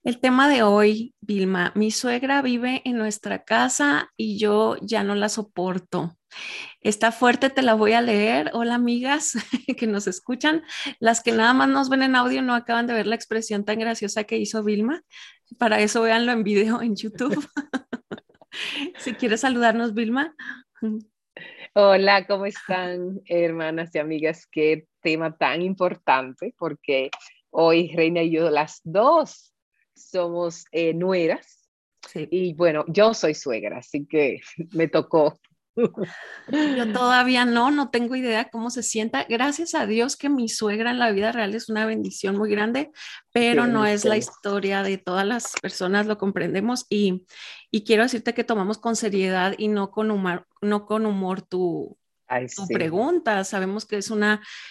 El tema de hoy, Vilma, mi suegra vive en nuestra casa y yo ya no la soporto. Está fuerte, te la voy a leer. Hola, amigas que nos escuchan. Las que nada más nos ven en audio no acaban de ver la expresión tan graciosa que hizo Vilma. Para eso véanlo en video en YouTube. Si quieres saludarnos, Vilma. Hola, ¿cómo están, hermanas y amigas? Qué tema tan importante, porque hoy Reina y yo, las dos, somos nueras. Sí. Y bueno, yo soy suegra, así que me tocó. Yo todavía no tengo idea cómo se sienta. Gracias a Dios que mi suegra en la vida real es una bendición muy grande, Qué pero no es la bendición. historia de todas las personas, lo comprendemos y quiero decirte que tomamos con seriedad y no con humor Ay, tu sí. pregunta. Sabemos que es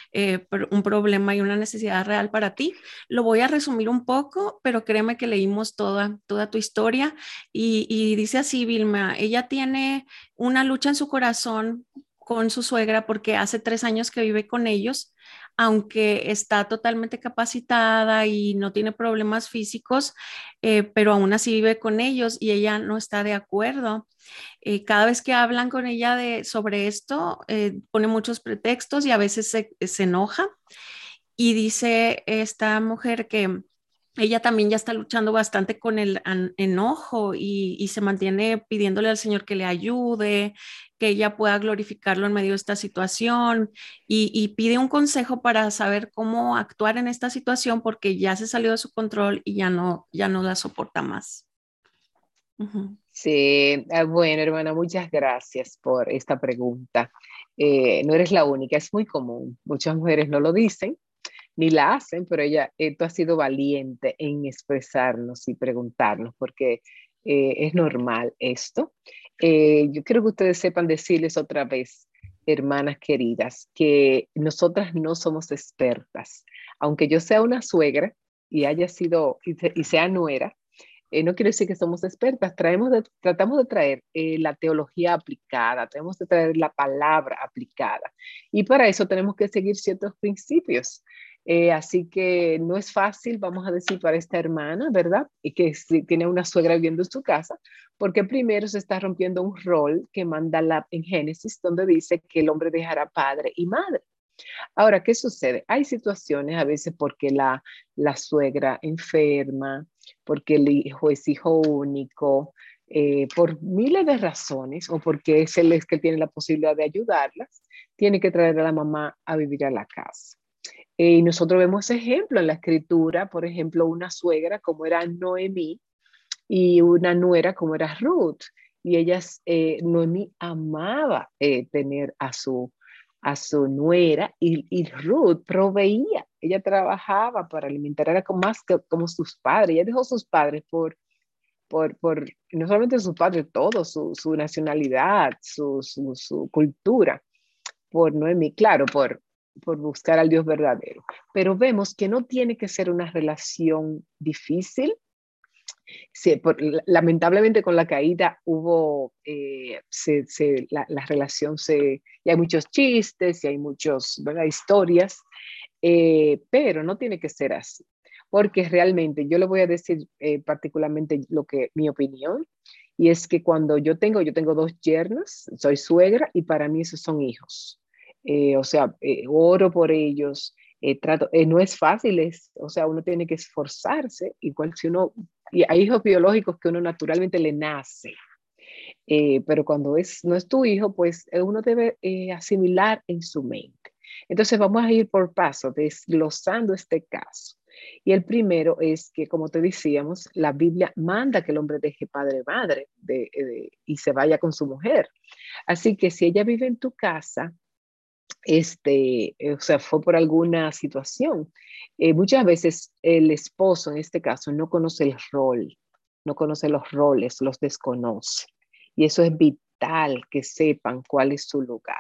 un problema y una necesidad real para ti. Lo voy a resumir un poco, pero créeme que leímos toda tu historia y dice así, Vilma, ella tiene una lucha en su corazón con su suegra porque hace 3 años que vive con ellos, aunque está totalmente capacitada y no tiene problemas físicos, pero aún así vive con ellos y ella no está de acuerdo. Cada vez que hablan con ella sobre esto, pone muchos pretextos y a veces se enoja. Y dice esta mujer que ella también ya está luchando bastante con el enojo y se mantiene pidiéndole al Señor que le ayude, que ella pueda glorificarlo en medio de esta situación y pide un consejo para saber cómo actuar en esta situación porque ya se salió de su control y ya no la soporta más. Ujú. Sí, bueno, hermana, muchas gracias por esta pregunta. No eres la única, es muy común. Muchas mujeres no lo dicen ni la hacen, pero tú has sido valiente en expresarnos y preguntarnos, porque es normal esto. Yo quiero que ustedes sepan decirles otra vez, hermanas queridas, que nosotras no somos expertas. Aunque yo sea una suegra y haya sido y sea nuera, no quiere decir que somos expertas, tratamos de traer la teología aplicada, tenemos que traer la palabra aplicada. Y para eso tenemos que seguir ciertos principios. Así que no es fácil, vamos a decir, para esta hermana, ¿verdad? Y que si tiene una suegra viviendo en su casa, porque primero se está rompiendo un rol que manda en Génesis, donde dice que el hombre dejará padre y madre. Ahora, ¿qué sucede? Hay situaciones a veces porque la suegra enferma, porque el hijo es hijo único, por miles de razones, o porque es él es que tiene la posibilidad de ayudarlas, tiene que traer a la mamá a vivir a la casa. Y nosotros vemos ejemplo en la escritura, por ejemplo, una suegra como era Noemí y una nuera como era Ruth. Y ellas, Noemí amaba tener a su nuera y Ruth proveía. Ella trabajaba para alimentar, era como más que como sus padres. Ella dejó sus padres no solamente sus padres, todo, su nacionalidad, su cultura, por Noemí, claro, por buscar al Dios verdadero. Pero vemos que no tiene que ser una relación difícil. Sí, lamentablemente con la caída hubo, la relación y hay muchos chistes y hay muchos, ¿verdad? Historias, pero no tiene que ser así, porque realmente yo le voy a decir particularmente mi opinión, y es que cuando yo tengo dos yernos, soy suegra y para mí esos son hijos. O sea, oro por ellos, no es fácil, o sea, uno tiene que esforzarse, igual si uno, y hay hijos biológicos que uno naturalmente le nace, pero cuando no es tu hijo, pues uno debe asimilar en su mente. Entonces vamos a ir por paso, desglosando este caso. Y el primero es que, como te decíamos, la Biblia manda que el hombre deje padre y madre y se vaya con su mujer. Así que si ella vive en tu casa, o sea, fue por alguna situación. Muchas veces el esposo, en este caso, no conoce el rol, no conoce los roles, los desconoce. Y eso es vital que sepan cuál es su lugar.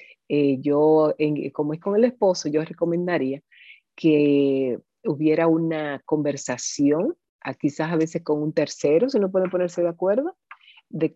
Como es con el esposo, yo recomendaría que hubiera una conversación, quizás a veces con un tercero, si no pueden ponerse de acuerdo, de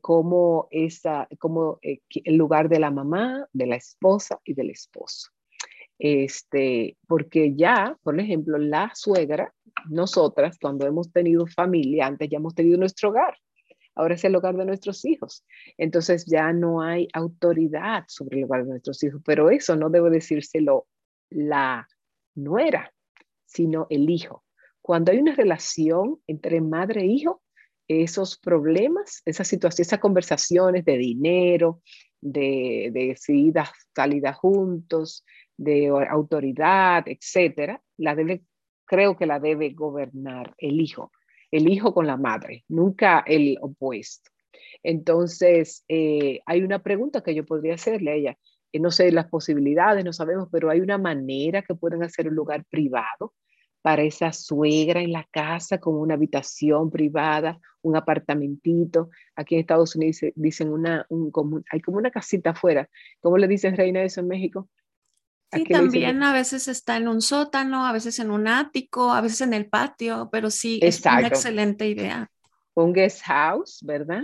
el lugar de la mamá, de la esposa y del esposo. Porque ya, por ejemplo, la suegra nosotras, cuando hemos tenido familia, antes ya hemos tenido nuestro hogar. Ahora es el hogar de nuestros hijos. Entonces ya no hay autoridad sobre el hogar de nuestros hijos, pero eso no debe decírselo la nuera, sino el hijo. Cuando hay una relación entre madre e hijo, esos problemas, esas situaciones, esas conversaciones de dinero, de salida juntos, de autoridad, etcétera, creo que la debe gobernar el hijo con la madre, nunca el opuesto. Entonces, hay una pregunta que yo podría hacerle a ella. No sé las posibilidades, no sabemos, pero hay una manera que pueden hacer un lugar privado para esa suegra en la casa, con una habitación privada, un apartamentito. Aquí en Estados Unidos dicen hay como una casita afuera. ¿Cómo le dicen, Reina, eso en México? Sí, Aquí le dicen también a veces está en un sótano, a veces en un ático, a veces en el patio, pero sí, es una exacto, excelente idea. un guest house, ¿verdad?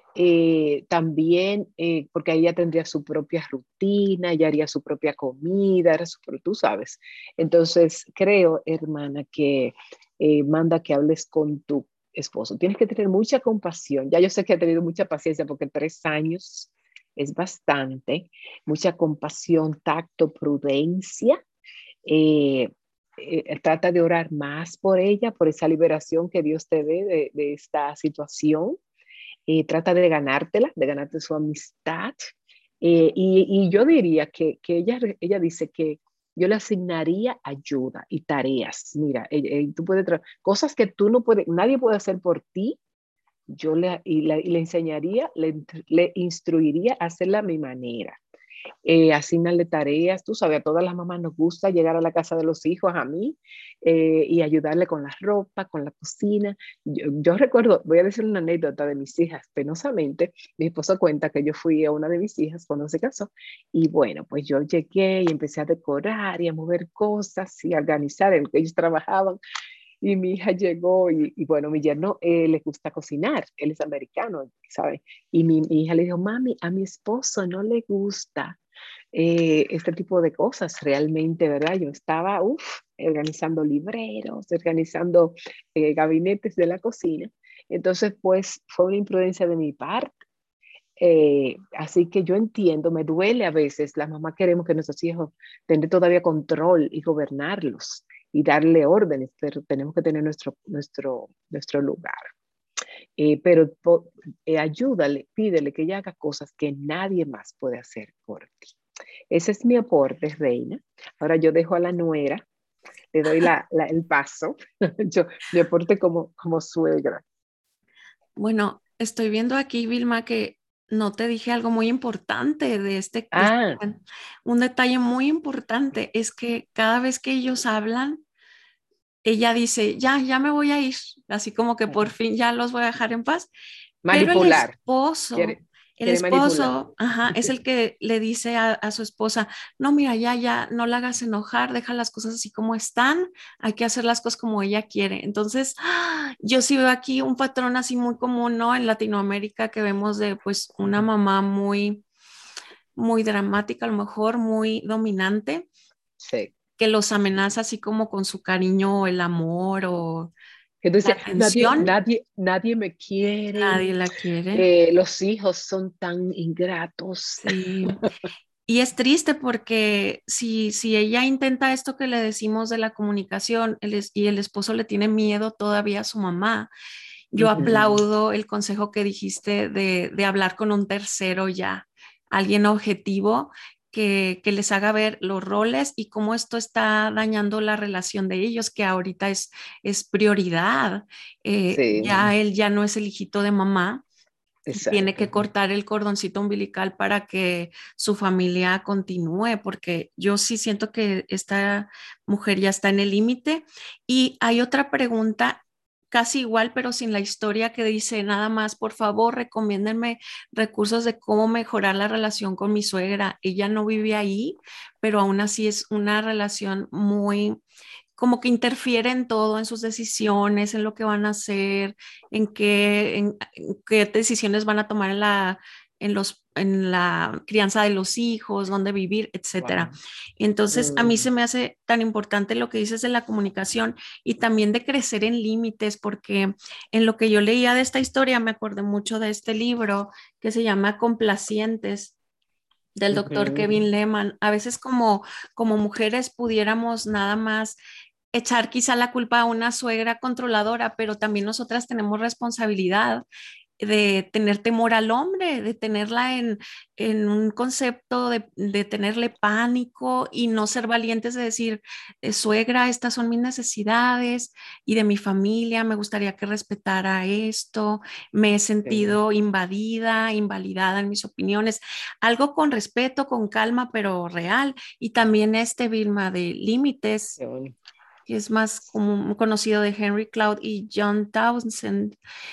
También, porque ahí ella tendría su propia rutina, ella haría su propia comida, tú sabes. Entonces, creo, hermana, que manda que hables con tu esposo. Tienes que tener mucha compasión. Ya yo sé que ha tenido mucha paciencia porque 3 años es bastante. Mucha compasión, tacto, prudencia. Eh, Trata de orar más por ella, por esa liberación que Dios te dé de esta situación. Trata de ganártela, de ganarte su amistad. Y yo diría que ella dice que yo le asignaría ayuda y tareas. Mira, tú puedes cosas que tú no puedes, nadie puede hacer por ti. Le enseñaría, le instruiría a hacerla a mi manera. Asignarle tareas. Tú sabes, a todas las mamás nos gusta llegar a la casa de los hijos, a mí, y ayudarle con la ropa, con la cocina. Yo recuerdo, voy a decir una anécdota de mis hijas, penosamente, mi esposo cuenta que yo fui a una de mis hijas cuando se casó, y bueno, pues yo llegué y empecé a decorar y a mover cosas y a organizar en lo que ellos trabajaban. Y mi hija llegó y bueno, mi yerno le gusta cocinar, él es americano, ¿sabes? Y mi hija le dijo, mami, a mi esposo no le gusta este tipo de cosas realmente, ¿verdad? Yo estaba, organizando libreros, organizando gabinetes de la cocina. Entonces, pues fue una imprudencia de mi parte. Así que yo entiendo, me duele a veces, las mamás queremos que nuestros hijos tengan todavía control y gobernarlos y darle órdenes, pero tenemos que tener nuestro lugar. Pero ayúdale, pídele que ella haga cosas que nadie más puede hacer por ti. Ese es mi aporte, Reina. Ahora yo dejo a la nuera, le doy el paso. Mi aporte como suegra. Bueno, estoy viendo aquí, Vilma, que no te dije algo muy importante de este Ah, plan. Un detalle muy importante es que cada vez que ellos hablan, ella dice, ya me voy a ir, así como que por fin ya los voy a dejar en paz. Pero manipular. Quiere, el quiere manipular. esposo, ajá, es el que le dice a su esposa, no, mira, ya, no la hagas enojar, deja las cosas así como están, hay que hacer las cosas como ella quiere. Entonces, yo sí veo aquí un patrón así muy común, ¿no? En Latinoamérica que vemos de pues una mamá muy dramática, a lo mejor muy dominante, Sí. que los amenaza así como con su cariño o el amor o la Entonces, atención, nadie me quiere. nadie la quiere. Los hijos son tan ingratos. Sí. Y es triste porque si ella intenta esto que le decimos de la comunicación y el esposo le tiene miedo todavía a su mamá, yo Ujú. aplaudo el consejo que dijiste de hablar con un tercero ya, alguien objetivo que les haga ver los roles y cómo esto está dañando la relación de ellos, que ahorita es prioridad. Ya Sí, él ya no es el hijito de mamá, tiene exacto. que cortar el cordoncito umbilical para que su familia continúe, porque yo sí siento que esta mujer ya está en el límite. Y hay otra pregunta casi igual, pero sin la historia que dice, nada más, por favor, recomiéndenme recursos de cómo mejorar la relación con mi suegra. Ella no vive ahí, pero aún así es una relación muy como que interfiere en todo, en sus decisiones, en lo que van a hacer, en qué decisiones van a tomar en la crianza de los hijos, dónde vivir, etcétera. Wow. Entonces, a mí Mm, se me hace tan importante lo que dices de la comunicación y también de crecer en límites, porque en lo que yo leía de esta historia me acordé mucho de este libro que se llama Complacientes del doctor ujú, Kevin Lehman. A veces como mujeres pudiéramos nada más echar quizá la culpa a una suegra controladora, pero también nosotras tenemos responsabilidad de tener temor al hombre, de tenerla en un concepto de tenerle pánico y no ser valientes de decir, suegra, estas son mis necesidades y de mi familia, me gustaría que respetara esto, me he sí, sentido invadida, invalidada en mis opiniones, algo con respeto, con calma, pero real. Y también este Vilma de límites, qué bueno. que es más como conocido de Henry Cloud y John Townsend,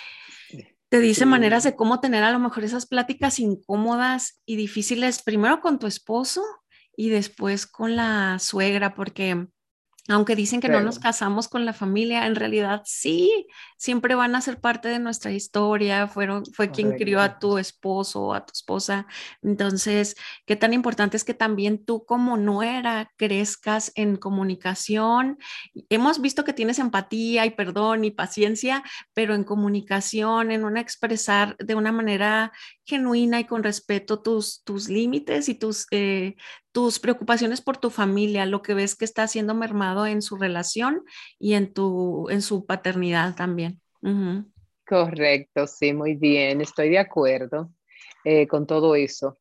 te dice maneras Sí, de cómo tener a lo mejor esas pláticas incómodas y difíciles, primero con tu esposo y después con la suegra, porque aunque dicen que no nos pero, casamos con la familia, en realidad sí, siempre van a ser parte de nuestra historia, fue quien crió correcto. a tu esposo o a tu esposa. Entonces, qué tan importante es que también tú como nuera crezcas en comunicación. Hemos visto que tienes empatía y perdón y paciencia, pero en comunicación, en una expresar de una manera genuina y con respeto tus límites y tus preocupaciones por tu familia, lo que ves que está siendo mermado en su relación y en su paternidad también. Ujú. Correcto, sí, muy bien, estoy de acuerdo con todo eso.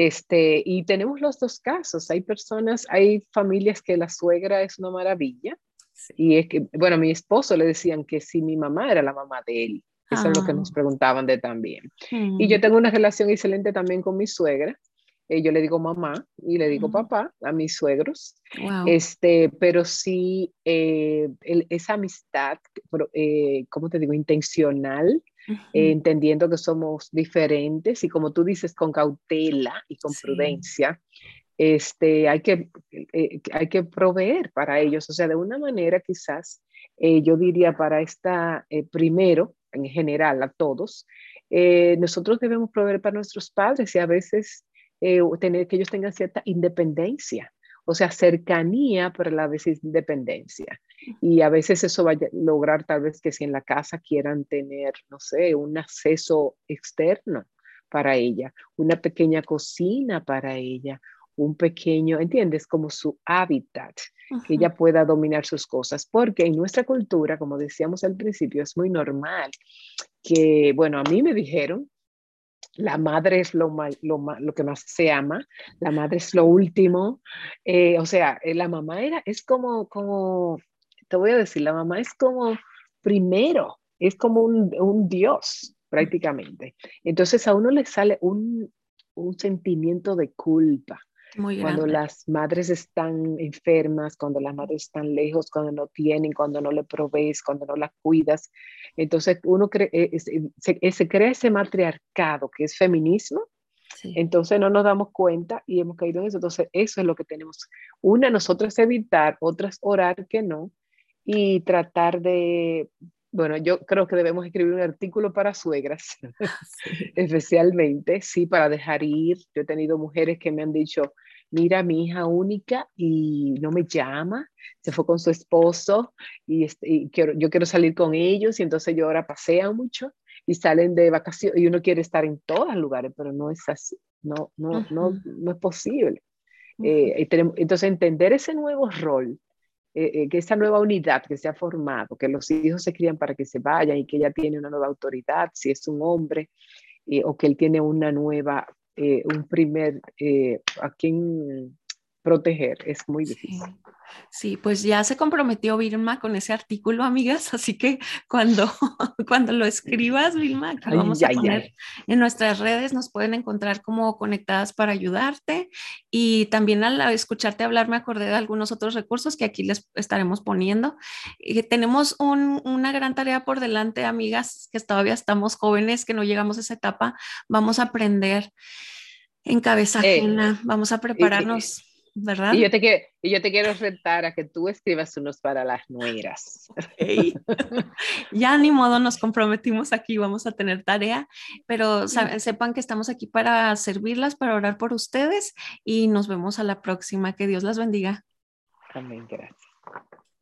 Y tenemos los dos casos. Hay personas, hay familias que la suegra es una maravilla. Sí. Y es que, bueno, a mi esposo le decían que si mi mamá era la mamá de él. Eso es lo que Ah, nos preguntaban de también. Y yo mm, tengo una relación excelente también con mi suegra. Yo le digo mamá y le digo mm, papá a mis suegros. wow. Pero sí, esa amistad, ¿cómo te digo? Intencional, Ujú. entendiendo que somos diferentes y como tú dices, con cautela y con Sí. prudencia, hay que proveer para ellos. O sea, de una manera quizás, yo diría para primero, en general, a todos, nosotros debemos proveer para nuestros padres y a veces tener que ellos tengan cierta independencia. O sea, cercanía, pero a la vez independencia. Y a veces eso va a lograr tal vez que si en la casa quieran tener, no sé, un acceso externo para ella, una pequeña cocina para ella, un pequeño, ¿entiendes? Como su hábitat, que Ujú. ella pueda dominar sus cosas, porque en nuestra cultura, como decíamos al principio, es muy normal que, bueno, a mí me dijeron, la madre es lo que más se ama, la madre es lo último, o sea, la mamá es como, te voy a decir, la mamá es como primero, es como un dios prácticamente. Entonces a uno le sale un sentimiento de culpa Muy cuando grande. las madres están enfermas, cuando las madres están lejos, cuando no tienen, cuando no le provees, cuando no las cuidas. Entonces uno se crea ese matriarcado que es feminismo, Sí. entonces no nos damos cuenta y hemos caído en eso. Entonces eso es lo que tenemos. Una, nosotras evitar, otras orar que no y tratar de, bueno, yo creo que debemos escribir un artículo para suegras, Sí. especialmente, sí, para dejar ir. Yo he tenido mujeres que me han dicho, mira, mi hija única y no me llama, se fue con su esposo y yo quiero salir con ellos y entonces yo ahora pasean mucho y salen de vacaciones y uno quiere estar en todos los lugares, pero no es así, Ujú, no es posible. ujú. Entonces entender ese nuevo rol, que esa nueva unidad que se ha formado, que los hijos se crían para que se vayan y que ella tiene una nueva autoridad, si es un hombre, o que él tiene un primer a quien proteger, es muy Sí. difícil. Sí, pues ya se comprometió Vilma con ese artículo, amigas, así que cuando, cuando lo escribas, Vilma, aquí lo Ay, vamos a ay, poner ay. en nuestras redes, nos pueden encontrar como conectadas para ayudarte y también al escucharte hablar me acordé de algunos otros recursos que aquí les estaremos poniendo. Tenemos una gran tarea por delante, amigas, que todavía estamos jóvenes, que no llegamos a esa etapa, vamos a aprender en cabeza Eh, ajena, vamos a eh, eh, prepararnos. ¿verdad? Y yo te quiero retar a que tú escribas unos para las nueras. Ok. Ya ni modo, nos comprometimos aquí, vamos a tener tarea, pero sepan que estamos aquí para servirlas, para orar por ustedes y nos vemos a la próxima. Que Dios las bendiga. Amén, gracias.